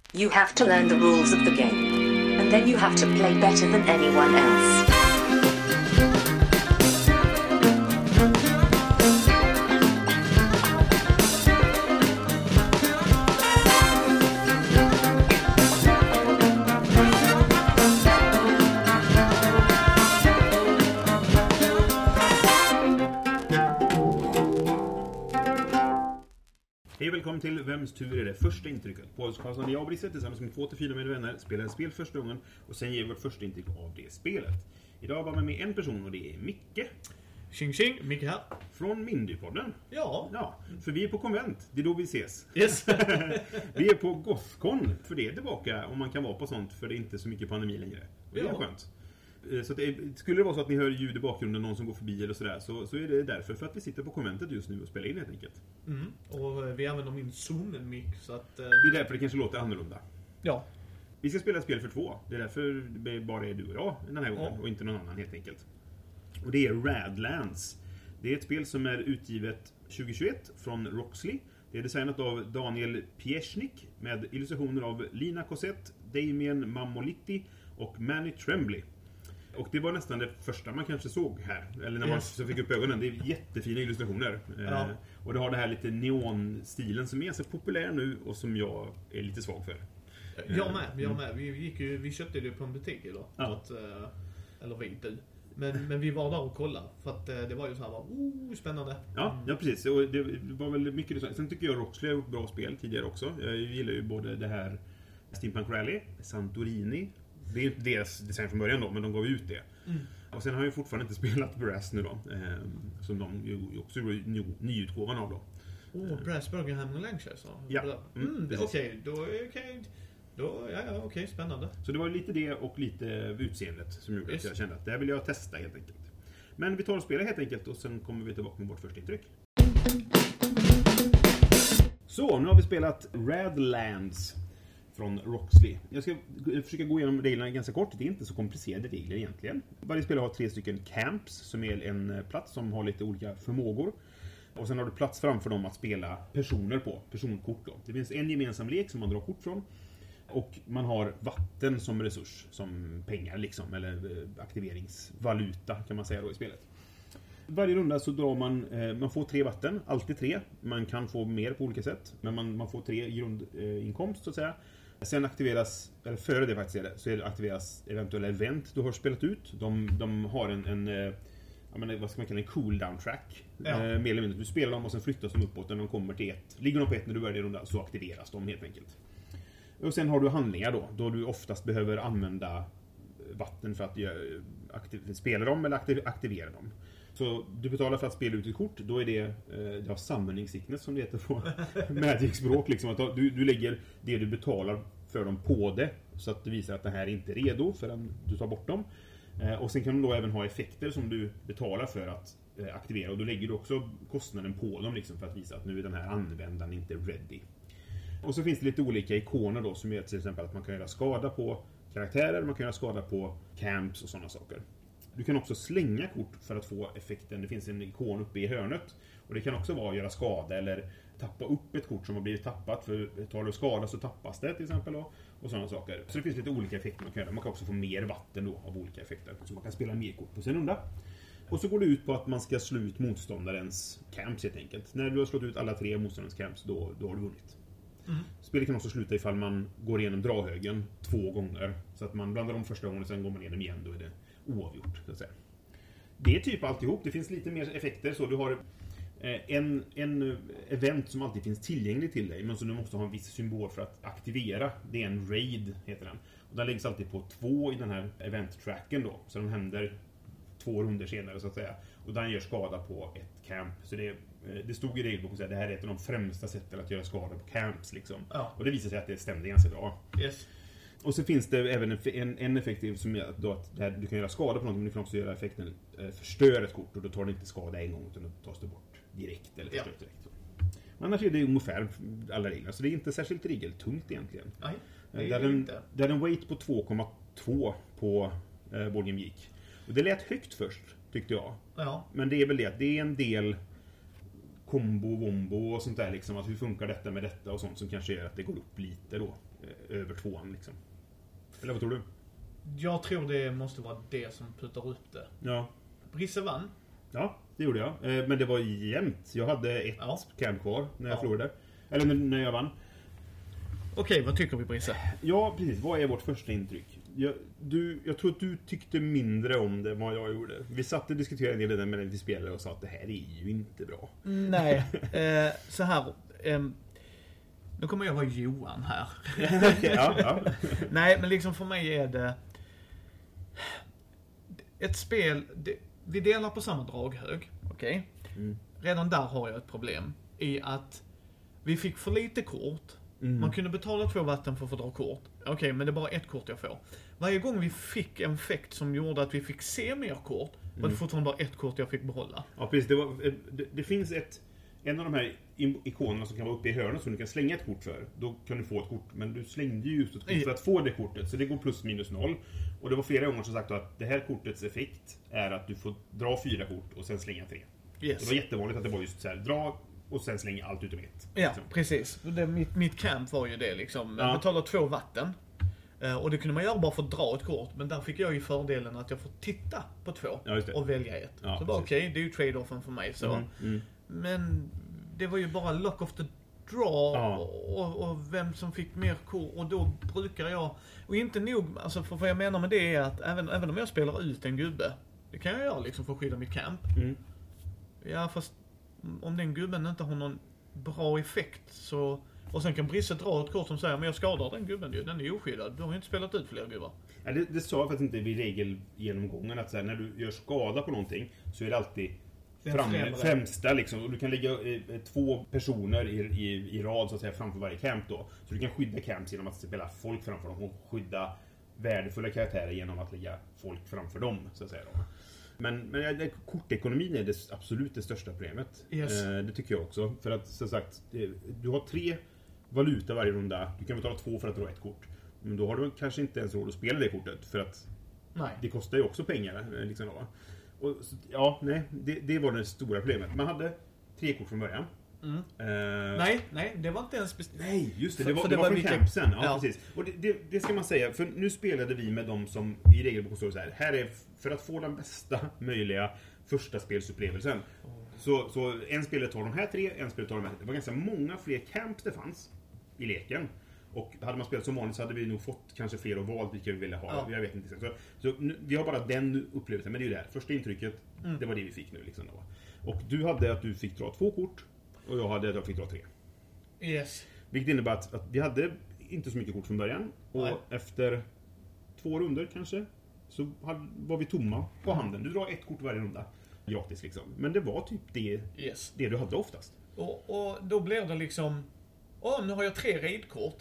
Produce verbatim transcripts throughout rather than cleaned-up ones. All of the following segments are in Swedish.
You have to learn the rules of the game. And then you have to play better than anyone else. Hej, välkommen till Vems tur är det första intrycket. Podcasten där jag och Brisse tillsammans med två till fyra med vänner spelar ett spel första gången och sen ger vi vårt första intryck av det spelet. Idag var med mig en person och det är Micke. Tjing tjing, Micke här. Från Mindypodden. Ja. Ja, för vi är på konvent. Det är då vi ses. Yes. Vi är på Gothcon, för det är tillbaka om man kan vara på sånt, för det är inte så mycket pandemi längre. Och det är Ja. skönt. Så att det, skulle det vara så att ni hör ljud i bakgrunden, någon som går förbi eller sådär, så, så är det därför, för att vi sitter på konventet just nu och spelar in helt enkelt. Mm. Och vi använder min Zoom-mic så att... Eh, Det är därför det kanske låter annorlunda. ja. Vi ska spela ett spel för två. Det är därför det bara är du och jag den här gången, Ja. och inte någon annan helt enkelt. Och det är Radlands. Det är ett spel som är utgivet tjugohundratjugoett från Roxley. Det är designat av Daniel Piesznik med illustrationer av Lina Cosette, Damien Mammoliti och Manny Tremblay. Och det var nästan det första man kanske såg här. Eller när man Yes. så fick upp ögonen. Det är jättefina illustrationer. Ja. Eh, och det har det här lite neonstilen som är så populär nu och som jag är lite svag för. Jag med, jag med. Vi, gick ju, vi köpte det på en butik idag. Ja. För att, eh, eller vi, du. Men, men vi var där och kollade. För att eh, det var ju så här, bara, oh, spännande. Ja, ja, precis. Och det var väl mycket det. Sen tycker jag Roxley har gjort bra spel tidigare också. Jag gillar ju både det här Steampunk Rally, Santorini. Det är inte deras design från början då, men de gav ut det. Mm. Och sen har jag ju fortfarande inte spelat Brass nu då. Eh, som de ju också gjorde ny, nyutgåvan av då. Åh, oh, Brass, Birmingham och Lancashire. Ja. Mm, Mm, okej, precis. okay, då är okay, då, ja, ja, okej, spännande. Så det var lite det och lite utseendet som gjorde Yes. att jag kände att det här vill jag testa helt enkelt. Men vi tar och spelar helt enkelt och sen kommer vi tillbaka med vårt första intryck. Så, nu har vi spelat Radlands från Roxley. Jag ska försöka gå igenom reglerna ganska kort. Det är inte så komplicerade regler egentligen. Varje spelare har tre stycken camps som är en plats som har lite olika förmågor. Och sen har du plats framför dem att spela personer på, personkort då. Det finns en gemensam lek som man drar kort från. Och man har vatten som resurs, som pengar liksom, eller aktiveringsvaluta kan man säga då i spelet. Varje runda så drar man, eh, man får tre vatten, alltid tre. Man kan få mer på olika sätt, men man, man får tre grundinkomst så att säga. Sen aktiveras, eller före det faktiskt är det, så är det aktiveras eventuella event du har spelat ut. De, de har en, en eh, jag menar, vad ska man kalla en cooldown track. Ja. Eh, mer eller mindre, du spelar dem och sen flyttas de uppåt när de kommer till ett. Ligger de på ett när du börjar runda så aktiveras de helt enkelt. Och sen har du handlingar då, då du oftast behöver använda vatten för att göra, aktiv, spela dem eller aktiv, aktivera dem. Så du betalar för att spela ut ett kort, då är det, eh, det har summoning sickness som det heter på Magic-språk. Liksom, att du, du lägger det du betalar för dem på det, så att det visar att det här inte är redo förrän du tar bort dem. Eh, och sen kan du då även ha effekter som du betalar för att eh, aktivera, och då lägger du också kostnaden på dem liksom, för att visa att nu är den här användaren inte ready. Och så finns det lite olika ikoner då, som är till exempel att man kan göra skada på karaktärer, man kan göra skada på camps och sådana saker. Du kan också slänga kort för att få effekten. Det finns en ikon uppe i hörnet. Och det kan också vara att göra skada eller tappa upp ett kort som har blivit tappat. För tar du skada så tappas det till exempel då, och sådana saker. Så det finns lite olika effekter man kan göra. Man kan också få mer vatten då av olika effekter. Så man kan spela mer kort på sin runda. Och så går det ut på att man ska slå ut motståndarens camps helt enkelt. När du har slått ut alla tre motståndarens camps, då, då har du vunnit. Mm. Spelet kan också sluta ifall man går igenom drahögen två gånger. Så att man blandar om första gången och sen går man igenom igen, då är det oavgjort så att säga. Det är typ alltihop. Det finns lite mer effekter. Så du har eh, en, en event som alltid finns tillgänglig till dig, men som du måste ha en viss symbol för att aktivera. Det är en raid heter den. Och den läggs alltid på två i den här event-tracken då. Så den händer två runder senare så att säga. Och den gör skada på ett camp. Så det, det stod i regelboken att det här är ett av de främsta sätten att göra skada på camps liksom. Ja. Och det visar sig att det stämde ganska bra. Yes. Och så finns det även en, en, en effektiv som är då att det här, du kan göra skada på något, men du kan också göra effekten eh, förstör ett kort, och då tar det inte skada en gång utan då tas det bort direkt eller förstört Ja. direkt. Så. Men annars är det ungefär alla regler, så det är inte särskilt regeltungt egentligen. Nej, det Det är är en, inte. det är en weight på två komma två på eh, Board Game Geek. Och det lät högt först, tyckte jag. Ja. Men det är väl det att det är en del kombo, wombo och sånt där liksom, att hur funkar detta med detta och sånt som kanske gör att det går upp lite då. över tvåan liksom. Eller vad tror du? Jag tror det måste vara det som puttar upp det. Ja. Brisse vann. Ja, det gjorde jag. Eh, men det var jämnt. Jag hade ett Ja. camp kvar när jag Ja. förlorade. Eller när, när jag vann. Okej, vad tycker vi, Brisse? Ja, precis. Vad är vårt första intryck? Jag, du, jag tror att du tyckte mindre om det än vad jag gjorde. Vi satt och diskuterade en del av det med vi spelare och sa att det här är ju inte bra. Nej, eh, så här. Eh, nu kommer jag vara Johan här. Okej, ja, ja. Nej, men liksom för mig är det ett spel, det, vi delar på samma draghög, okej? Okay? Mm. Redan där har jag ett problem i att vi fick för lite kort. Mm. Man kunde betala två vatten för att få dra kort. Okej, okay, men det är bara ett kort jag får. Varje gång vi fick en effekt som gjorde att vi fick se mer kort, mm. var det fortfarande bara ett kort jag fick behålla. Ja, precis. Det, var, det, det finns ett en av de här ikonerna som kan vara uppe i hörnet som du kan slänga ett kort för. Då kan du få ett kort, men du slängde ju just ett kort för att få det kortet. Så det går plus minus noll. Och det var flera gånger som sagt att det här kortets effekt är att du får dra fyra kort och sen slänga tre. Yes. Det var jättevanligt att det var just så här, dra och sen slänga allt utom ett. Ja, liksom. precis. Det, mitt, mitt camp var ju det liksom. Ja. Jag betalade två vatten. Och det kunde man göra bara för att dra ett kort. Men där fick jag ju fördelen att jag får titta på två Ja, och välja ett. Ja, så bara okej, okay, det är ju trade-offen för mig. Så. Mm, mm. Men det var ju bara luck of the draw Ja. och, och vem som fick mer kort. Och då brukar jag, och inte nog, alltså för vad jag menar med det är att även, även om jag spelar ut en gubbe, det kan jag göra liksom för att skydda mitt camp. Mm. Ja, fast om den gubben inte har någon bra effekt så... Och sen kan Brisse dra ett kort som säger men jag skadar den gubben ju, den är oskyddad. Du har ju inte spelat ut fler gubbar. Ja, det, det sa jag faktiskt inte vid regelgenomgången att så här, när du gör skada på någonting så är det alltid framme, främsta liksom. Och du kan lägga eh, två personer i, i, i rad så att säga framför varje camp då. Så du kan skydda camps genom att spela folk framför dem och skydda värdefulla karaktärer genom att lägga folk framför dem så att säga då. Men, men det, kortekonomin är det, absolut det största problemet. Yes. Eh, det tycker jag också. För att som sagt, det, du har tre valuta varje runda. Du kan betala två för att dra ett kort. Men då har du kanske inte ens råd att spela det kortet. För att nej. Det kostar ju också pengar. Liksom då. Och, ja, nej, det, det var det stora problemet. Man hade tre kort från början. Mm. Uh, nej, nej, det var inte ens bestämt. Nej, just det. För, det var, för det det var, var från vilka... campsen. Ja, ja. precis. Och det, det, det ska man säga. För nu spelade vi med dem som i regelboken står så här. Här är för att få den bästa möjliga första spelsupplevelsen. Oh. Så, så en spelare tar de här tre, en spelare tar de här tre. Det var ganska många fler camps det fanns i leken. Och hade man spelat som vanligt så hade vi nog fått kanske fler och valt vilka vi ville ha. Ja. Jag vet inte. Så, så nu, vi har bara den upplevelsen. Men det är ju det här. Första intrycket, mm. det var det vi fick nu. Liksom då. Och du hade att du fick dra två kort. Och jag hade att jag fick dra tre. Yes. Vilket innebär att, att vi hade inte så mycket kort från början. Och nej. Efter två runder kanske så hade, var vi tomma på handen. Du drar ett kort varje runda. Gratis liksom. Men det var typ det, yes. det du hade oftast. Och, och då blev det liksom... Åh, nu har jag tre raidkort.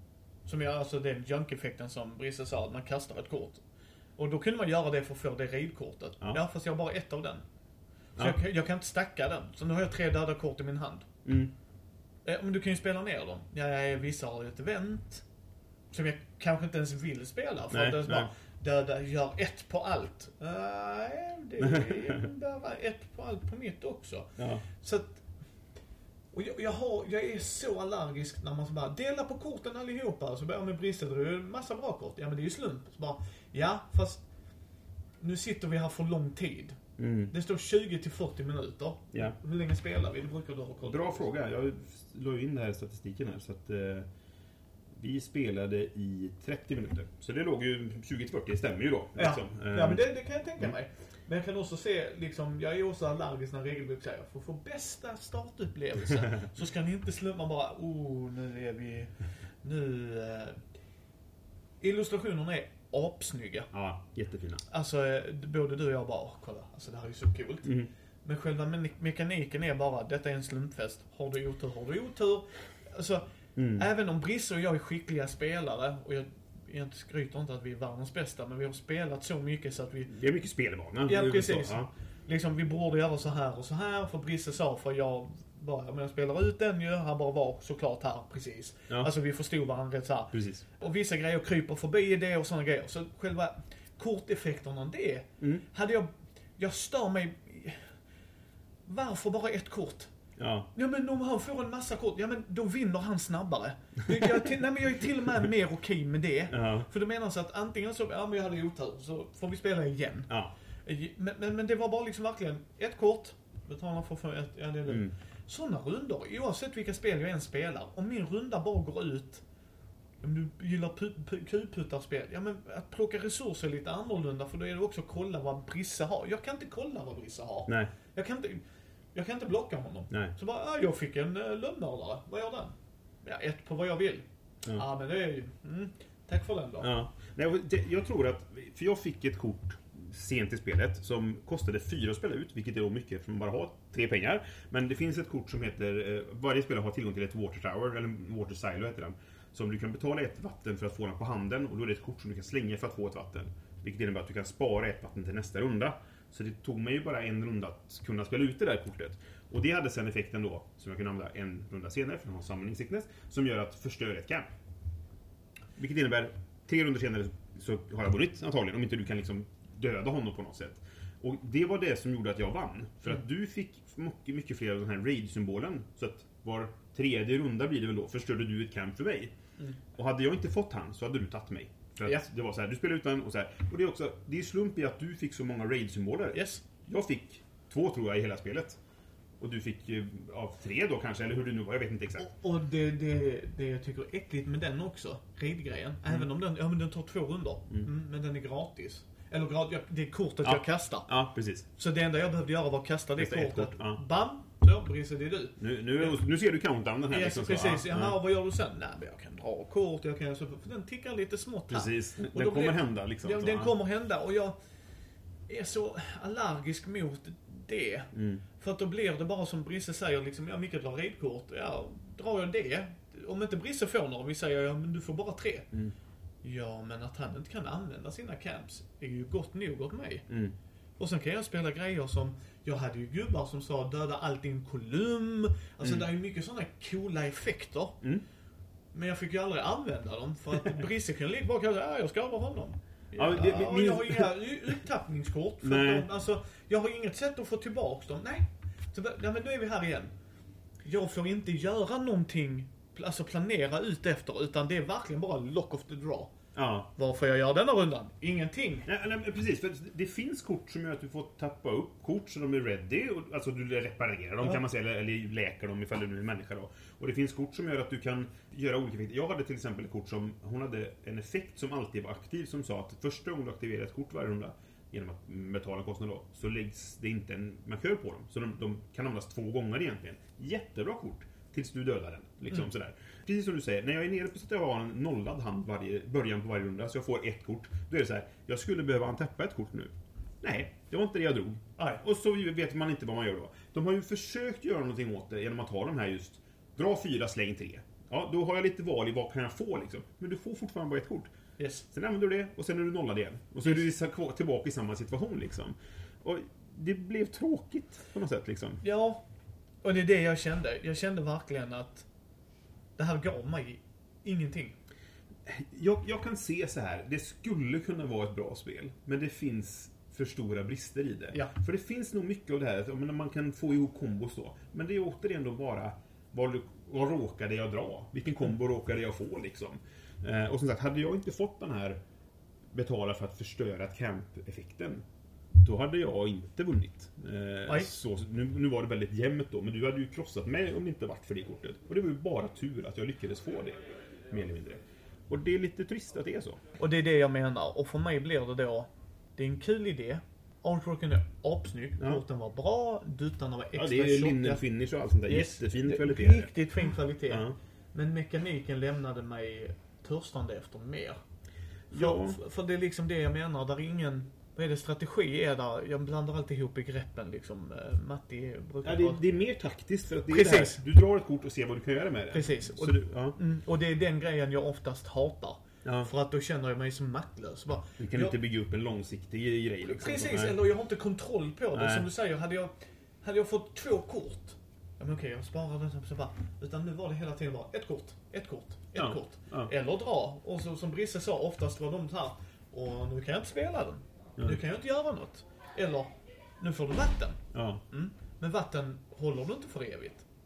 Som är alltså den junk-effekten som Brisse sa, att man kastar ett kort. Och då kunde man göra det för att få det raidkortet. Ja. ja, fast jag har bara ett av den. Så ja. jag, jag kan inte stacka den. Så nu har jag tre döda kort i min hand. Mm. Eh, men du kan ju spela ner dem. Ja, vissa har ett event. Som jag kanske inte ens vill spela. För nej, att det är bara, döda, gör ett på allt. Nej, det är bara ett på allt på mitt också. Ja. Så att... Och jag, jag, har, jag är så allergisk när man så bara dela på korten allihopa. Så börjar med Brisse, det är en massa bra kort. Ja, men det är ju slump. Så bara, ja, fast nu sitter vi här för lång tid. Mm. Det står tjugo till fyrtio minuter. Ja. Hur länge spelar vi? Det brukar du ha koll på. Bra fråga. Jag la in den här statistiken här. Så att eh, vi spelade i trettio minuter. Så det låg ju tjugo till fyrtio, det stämmer ju då. Ja, liksom. ja men det, det kan jag tänka mm. mig. Men jag kan också se, liksom, jag är också allergisk när regelbok säger för att få bästa startupplevelse så ska ni inte slumma bara, oh, nu är vi, nu... Eh. Illustrationerna är apsnygga. Ja, jättefina. Alltså, både du och jag bara, kolla, alltså det här är så coolt. Mm. Men själva me- mekaniken är bara, detta är en slumpfest. Har du otur, har du otur. Alltså, mm. även om Brisse och jag är skickliga spelare, och jag Jag skryter inte att vi är världens bästa, men vi har spelat så mycket så att vi... Det är mycket spelvana. Ja, precis. Så, ja. Liksom, vi borde göra så här och så här, för Brisse sa, för jag bara, men jag spelar ut den ju, han bara var såklart här, precis. Ja. Alltså vi förstod varandra rätt så här. Precis. Och vissa grejer kryper förbi det och sådana grejer. Så själva korteffekterna, det, mm. hade jag... Jag stör mig... Varför bara ett kort? Ja. Ja, men om han får en massa kort, ja men då vinner han snabbare. Jag, jag, till, nej, men jag är till och med mer okej med det. Ja. För det menar så att antingen så, ja men jag hade otur, så får vi spela igen. Ja. Men, men, men det var bara liksom verkligen ett kort, betala för, för ett, ja det är det. Mm. Sådana rundor, oavsett vilka spel jag än spelar, om min runda bara går ut, om du gillar pu- pu- kuputtarspel, ja men att plocka resurser är lite annorlunda, för då är det också att kolla vad Brisse har. Jag kan inte kolla vad Brisse har. Nej. Jag kan inte, jag kan inte blocka honom. Nej. Så bara, ah, jag fick en uh, lönnmördare, vad gör den? Ja, ett på vad jag vill. Ja, Ja. ah, men det är ju, mm, tack för den då. Ja. Nej, det, jag tror att, för jag fick ett kort sent i spelet som kostade fyra att spela ut, vilket är då mycket eftersom man bara har tre pengar. Men det finns ett kort som heter, eh, varje spelare har tillgång till ett water tower, eller water silo heter den, som du kan betala ett vatten för att få den på handen, och då är det ett kort som du kan slänga för att få ett vatten. Vilket innebär att du kan spara ett vatten till nästa runda. Så det tog mig ju bara en runda att kunna spela ut det där kortet. Och det hade sen effekten då, som jag kunde använda en runda senare, för att ha summoning sickness, som gör att förstöra ett camp. Vilket innebär, tre runder senare så har jag vunnit antagligen, om inte du kan liksom döda honom på något sätt. Och det var det som gjorde att jag vann. För att du fick mycket, mycket fler av den här raid-symbolen. Så att var tredje runda blir det väl då, förstörde du ett camp för mig. Mm. Och hade jag inte fått han så hade du tagit mig. För att Ja. det var så här, du spelade utan och så här. Och det är också, det är slump i att du fick så många raid-symboler. Yes. Jag fick två tror jag i hela spelet. Och du fick ju av tre då kanske, eller hur det nu var, jag vet inte exakt. Och, och det, det, det jag tycker är äckligt med den också, raid-grejen, mm. även om den, ja men den tar två runder, mm. Mm, men den är gratis. Eller grad, det är kortet ja. jag kastar. Ja, precis. Så det enda jag behövde göra var att kasta det Kasta kortet. kort, ja. Bam! Så, Brisse, det är du. Nu, nu, nu ser du countdownen här. Ja, liksom, precis. så, Jaha, ja. vad gör du sen? Nej, men jag kan dra kort, jag kan... Så, för den tickar lite smått här. Precis. Och Den då kommer blir, hända liksom. Ja, så, den ja. kommer hända, och jag är så allergisk mot det. Mm. För att då blir det bara som Brisse säger, liksom, ja, Micke drar raidkort, ja, drar jag det. Om inte Brisse får några, vi säger, ja, men du får bara tre. Mm. Ja, men att han inte kan använda sina camps är ju gott nog åt mig. Mm. Och sen kan jag spela grejer som, jag hade ju gubbar som sa döda allt i en kolumn. Alltså Mm. det är ju mycket sådana coola effekter. Mm. Men jag fick ju aldrig använda dem, för att Brisse kan ligga bara och säga, ja, jag skadar honom. Ja, Ja, det- det- och jag har inga uttappningskort, för Nej. att de, alltså, jag har inget sätt att få tillbaka dem. Nej, så, ja, men nu är vi här igen. Jag får inte göra någonting, alltså planera ut efter, utan det är verkligen bara lock of the draw. Ja. Varför jag gör denna rundan? Ingenting. Nej, nej, precis, för det finns kort som gör att du får tappa upp kort så de är ready, och, alltså du reparerar dem Ja. kan man säga, eller, eller läker dem ifall du är en människa då. Och det finns kort som gör att du kan göra olika effekter. Jag hade till exempel ett kort som, hon hade en effekt som alltid var aktiv som sa att första gången du aktiverar ett kort varje runda genom att betala en kostnad då, så läggs det inte en markör på dem. Så de, de kan användas två gånger egentligen. Jättebra kort. Tills du dödar den. Liksom Mm. sådär. Precis som du säger, när jag är nere på så att jag har en nollad hand varje, början på varje runda, så jag får ett kort. Då är det så här, jag skulle behöva antappa ett kort nu. Nej, det var inte det jag drog. Nej. Och så vet man inte vad man gör då. De har ju försökt göra någonting åt det genom att ha de här just, dra fyra, släng tre. Ja, då har jag lite val i vad kan jag få liksom. Men du får fortfarande bara ett kort. Yes. Sen använder du det och sen är du nollad igen. Och så är du tillbaka i samma situation liksom. Och det blev tråkigt på något sätt liksom. Ja, och det är det jag kände. Jag kände verkligen att det här gav mig ingenting. Jag, jag kan se så här, det skulle kunna vara ett bra spel, men det finns för stora brister i det. Ja. För det finns nog mycket av det här, att, men man kan få ihop kombos då. Men det är återigen då bara, vad, vad råkade jag dra? Vilken kombo råkade jag få liksom? Eh, och som sagt, hade jag inte fått den här betala för att förstöra ett camp-effekten, då hade jag inte vunnit. Eh, så, nu, nu var det väldigt jämnt då, men du hade ju krossat mig om det inte varit för det kortet. Och det var ju bara tur att jag lyckades få det, mer eller mindre. Och det är lite trist att det är så. Och det är det jag menar. Och för mig blir det då, det är en kul idé. Artworken är apsnygg, Ja. korten var bra, dutarna var extra Ja, det är tjocka. linne-finish och allt sånt där. Yes, Jättefin det- kvalitet. Riktigt fin kvalitet. Ja. Men mekaniken lämnade mig törstande efter mer. För, Ja. för, för det är liksom det jag menar, där är ingen, vad är det, strategi är där, jag blandar alltid ihop begreppen liksom. Uh, Matti brukar Ja, det, vara- det är mer taktiskt för att det är Precis. det här, du drar ett kort och ser vad du kan göra med det. Precis. Så Och- du, ja. Mm, och det är den grejen jag oftast hatar. Ja. För att då känner jag mig som maktlös. Bara, Du kan jag, inte bygga upp en långsiktig grej liksom. Precis, Nej. eller jag har inte kontroll på det. Nej. Som du säger, hade jag, hade jag fått två kort. Ja men okej, jag sparar den så bara. Utan nu var det hela tiden bara ett kort, ett kort, ett Ja. kort. Ja. Eller dra. Och så, som Brisse sa, oftast var de så här. Och nu kan jag inte spela den. Ja. Nu kan jag inte göra något. Eller, nu får du vatten. Ja. Mm. Men vatten håller du inte för evigt.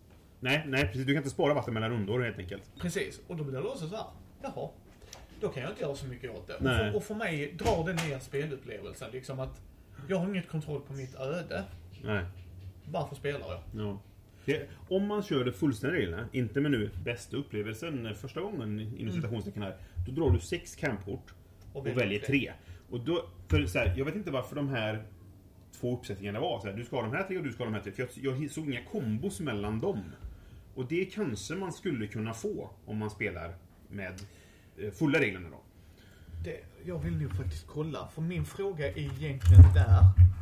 Nej, nej, precis. Du kan inte spara vatten mellan rundor helt enkelt. Precis, och då blir det också så här. Jaha, då kan jag inte göra så mycket åt det. Och för, och för mig drar det ner spelupplevelsen. Liksom att jag har inget kontroll på mitt öde. Nej. Varför spelar jag? Ja. Det, om man kör det fullständiga reglerna, inte med nu bästa upplevelsen första gången inom citationstecken här, då drar du sex campkort och, och väljer tre. tre. Och då, för så här, jag vet inte varför de här två uppsättningarna var så här, du ska ha de här tre och du ska ha de här tre. För jag, jag såg inga kombos mellan dem. Och det kanske man skulle kunna få om man spelar med eh, fulla reglerna då. Det, jag vill nu faktiskt kolla, för min fråga är egentligen där.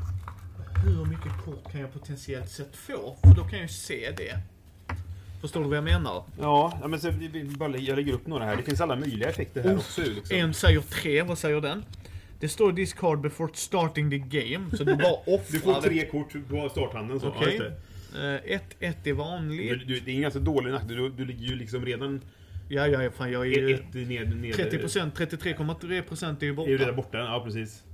Hur mycket kort kan jag potentiellt sett få? För då kan jag ju se det. Förstår du vad jag menar? Ja, men så, jag lägger upp några här. Det finns alla möjliga effekter här oh, också. Liksom. En säger tre, vad säger den? Det står discard before starting the game. Så du bara offrar. Du får tre kort på starthanden. Så. Okej. Okay. Uh, ett, ett är vanligt. Du, du, det är en ganska dålig nackdel. Du, du ligger ju liksom redan... Ja, ja, fan, jag är ju... Ett, ned, ned, trettio procent, trettiotre komma tre procent är ju borta. Är ju redan borta, ja precis.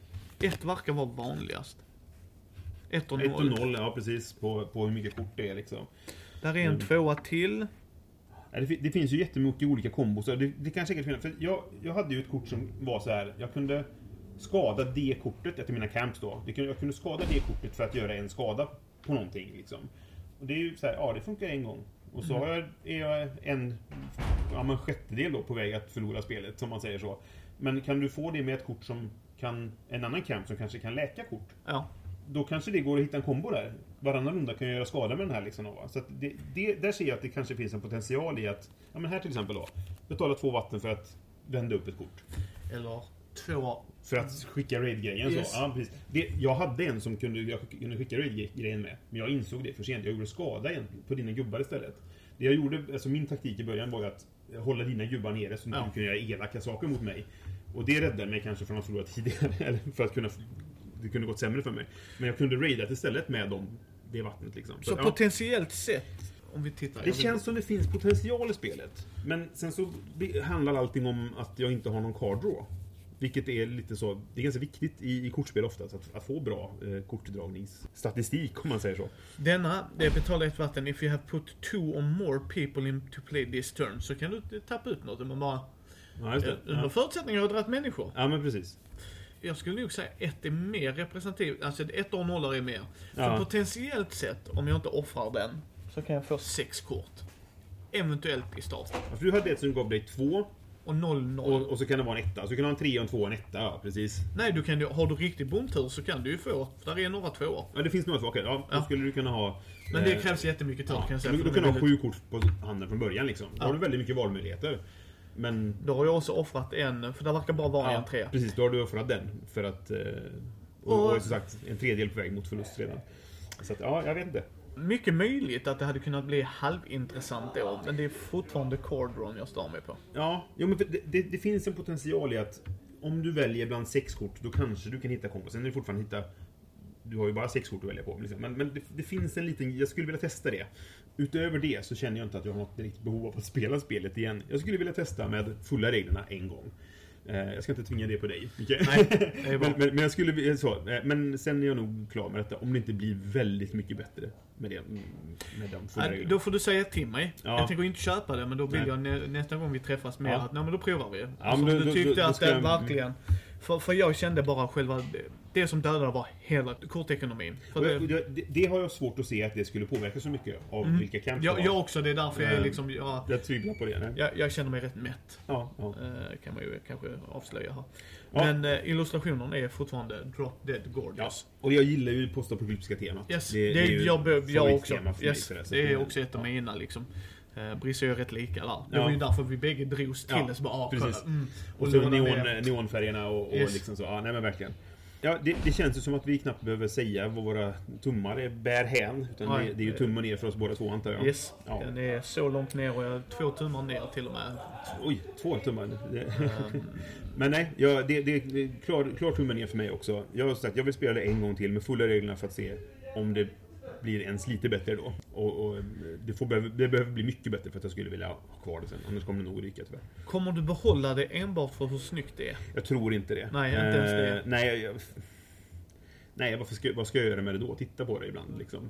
Ett verkar vara vanligast. Ett och noll. Ett och noll, ja precis. På, på hur mycket kort det är liksom. Där är en mm. tvåa till. Ja, det, det finns ju jättemycket olika kombos. Det, det kan säkert finnas. För jag, jag hade ju ett kort som var så här. Jag kunde skada det kortet efter mina camps då. Jag kunde, jag kunde skada det kortet för att göra en skada på någonting liksom. Och det är ju så här, ja det funkar en gång. Och så mm. är jag en, ja, en sjättedel då på väg att förlora spelet, som man säger så. Men kan du få det med ett kort som kan, en annan camp som kanske kan läka kort? Ja. Då kanske det går att hitta en kombo där. Varannan runda kan jag göra skada med den här liksom. Så att det, det, där ser jag att det kanske finns en potential i att, ja men här till exempel då, betala två vatten för att vända upp ett kort. Eller två... För att skicka raid-grejen yes. så. Ja, precis. Det, jag hade en som kunde, jag kunde skicka raid-grejen med. Men jag insåg det för sent. Jag gjorde skada på dina gubbar istället. Det jag gjorde, alltså min taktik i början var att hålla dina gubbar nere så att ja. du kunde göra elaka saker mot mig. Och det räddade mig kanske från att förlora tidigare. Eller för att kunna, det kunde gått sämre för mig. Men jag kunde raidat istället med dem, det vattnet liksom. Så, så ja. potentiellt sett, om vi tittar... Det känns som det finns potential i spelet. Men sen så handlar allting om att jag inte har någon card draw. Vilket är lite så, det är ganska viktigt i, i kortspel ofta att, att få bra eh, kortdragningsstatistik om man säger så. Denna, det betalar ett vatten. If you have put two or more people in to play this turn, så kan du tappa ut något. Men bara, ja, just det. Under ja. förutsättningar att ha rätt människor. Ja, men precis. Jag skulle nog säga ett är mer representativt. Alltså ett och noll är mer. Ja. För potentiellt sett, om jag inte offrar den, så kan jag få sex kort. Eventuellt i start. Ja, för du hade ett som gav dig två. Och noll noll. Och, och så kan det vara en etta. Så kan du ha en tre och en två och en etta, ja, precis. Nej, du kan ju, har du riktigt bomtur så kan du ju få, där är några tvåor. Ja, det finns några två, okej. Ja, då ja. skulle du kunna ha... Men det krävs jättemycket tur, ja, kan jag säga. Du, du kan ha sju kort på handen från början liksom. Då ja. har du väldigt mycket valmöjligheter. Men... Då har jag också offrat en, för det verkar bara vara ja, en tre. Precis, då har du offrat den. För att... Och, och, och som sagt, en tredjedel på väg mot förlust redan. Så att, ja, jag vet inte. Mycket möjligt att det hade kunnat bli halvintressant då, men det är fortfarande card drawn jag står med på. Ja, jo, men det, det, det finns en potential i att om du väljer bland sex kort, då kanske du kan hitta kombo. Sen är det fortfarande hitta... Du har ju bara sex kort att välja på. Liksom. Men, men det, det finns en liten... Jag skulle vilja testa det. Utöver det så känner jag inte att jag har något direkt behov av att spela spelet igen. Jag skulle vilja testa med fulla reglerna en gång. Jag ska inte tvinga det på dig, okay? Nej, men, men, men jag skulle så, men sen är jag nog klar med detta om det inte blir väldigt mycket bättre med det med de Nej, då får du säga till mig. Ja. Jag tänker inte köpa det, men då vill nej. jag nä, nästa gång vi träffas med ja. att nej men då provar vi. Ja, alltså, men du då, tyckte då, då, att det jag... verkligen för, för jag kände bara själva det som dödade var hela kortekonomin. För det, det, det, det har jag svårt att se att det skulle påverka så mycket av mm. vilka camps jag, jag också, det är därför jag är liksom jag, jag tvivlar på det. Nej? Jag, jag känner mig rätt mätt. Ja, ja. Uh, kan man ju kanske avslöja här. Ja. Men uh, illustrationen är fortfarande drop dead gorgeous. Ja. Och jag gillar ju postapokalyptiska temat. Yes, det, det, det är ju jag, jag, jag också. Yes, mig, det är också ett av ja. mina liksom. Uh, Brisse är ju rätt lika där. Det ja. var ju därför vi bägge drogs till ja. oss. Bara, ah, precis. Mm. Och, och så neon, neonfärgerna och, och yes. liksom så. Ja, nej men verkligen. Ja, det, det känns ju som att vi knappt behöver säga vad våra tummar är bär hän. Utan ja, det, det är ju tummen ner för oss båda två, antar jag. Yes, ja. Den är så långt ner och jag har två tummar ner till och med. Oj, två tummar. Det, um... Men nej, ja, det, det är klar, klar tummen ner för mig också. Jag har sagt, jag vill spela det en gång till med fulla reglerna för att se om det blir ens lite bättre då. Och, och det, får, det behöver bli mycket bättre för att jag skulle vilja ha kvar det sen. Annars kommer det nog ryka tyvärr. Kommer du behålla det enbart för hur snyggt det är? Jag tror inte det. Nej, inte ens det. Eh, nej, jag, nej varför ska, vad ska jag göra med det då? Titta på det ibland liksom.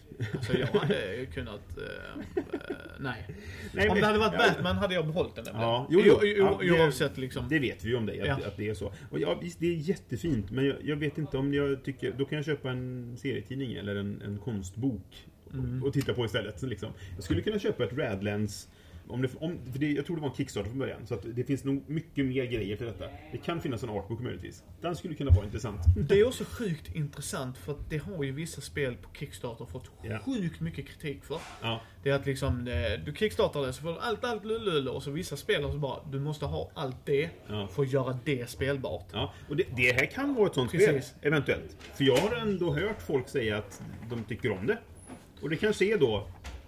Alltså jag hade kunnat... Uh, uh, nej. nej. Om men, det hade varit ja, Batman hade jag behållit den. Ja, jo, jo, jo, jo, ja, oavsett liksom. Det vet vi ju om dig, att, ja. att det är så. Och ja, visst, det är jättefint, men jag, jag vet inte om jag tycker... Då kan jag köpa en serietidning eller en, en konstbok mm. och, och titta på istället. Liksom. Jag skulle kunna köpa ett Radlands... Om det, om, för det, jag tror det var en Kickstarter från början. Så att det finns nog mycket mer grejer till detta. Det kan finnas en artbook möjligtvis. Den skulle kunna vara intressant. Det är också sjukt intressant för att det har ju vissa spel på Kickstarter fått ja. sjukt mycket kritik för. Ja. Det är att liksom, du kickstartar det så får du allt, allt, lullull. Och så vissa spelare så bara, du måste ha allt det ja. för att göra det spelbart. Ja, och det, det här kan vara ett sånt Precis. spel, eventuellt. För jag har ändå hört folk säga att de tycker om det. Och det kanske är då,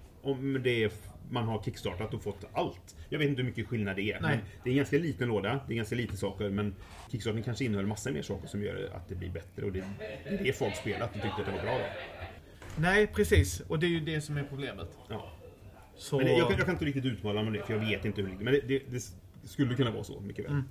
om det är... man har kickstartat och fått allt. Jag vet inte hur mycket skillnad det är. Men det är en ganska liten låda, det är ganska lite saker, men kickstarten kanske innehåller massa mer saker som gör att det blir bättre, och det är det folk spelat och tyckte att det var bra då. Nej, precis. Och det är ju det som är problemet. Ja. Så... Men det, jag, kan, jag kan inte riktigt utmåla med det, för jag vet inte hur det ligger. Men det, det, det skulle kunna vara så mycket väl. Mm.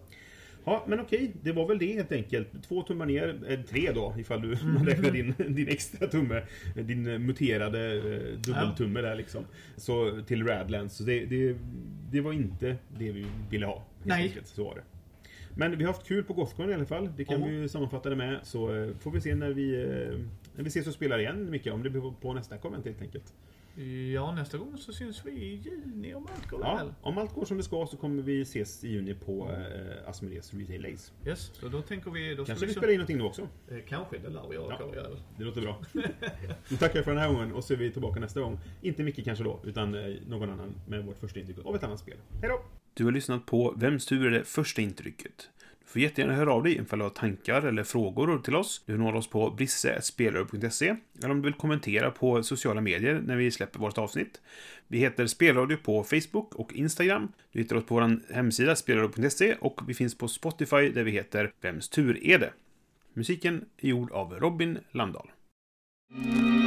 Ja, men okej, det var väl det helt enkelt. Två tummar ner, eh, tre då, ifall du mm. räknar din, din extra tumme, din muterade eh, dubbeltumme ja. där liksom. Så till Radlands, så det, det, det var inte det vi ville ha. Nej. Enkelt, så var det. Men vi har haft kul på Gothcon i alla fall, det kan oh. vi ju sammanfatta det med. Så eh, får vi se när vi, eh, när vi ses och spelar igen mycket, om det blir på nästa komment helt enkelt. Ja, nästa gång så syns vi i juni om allt går ja, väl. Om allt går som det ska så kommer vi ses i juni på eh, Asmodeus Retail Days. Yes, så då tänker vi... Då kanske vi spelar in någonting då också. Eh, kanske, det lär vi göra. Ja, det låter bra. Nu tackar jag för den här gången och så är vi tillbaka nästa gång. Inte mycket kanske då, utan eh, någon annan med vårt första intryck av ett annat spel. Hej då! Du har lyssnat på Vems tur är det första intrycket? Du får jättegärna höra av dig ifall du har tankar eller frågor till oss. Du når oss på brisse snabel-a spelare punkt se eller om du vill kommentera på sociala medier när vi släpper vårt avsnitt. Vi heter Spelradio på Facebook och Instagram. Du hittar oss på vår hemsida spelradio punkt se och vi finns på Spotify där vi heter Vems tur är det? Musiken är gjord av Robin Landahl.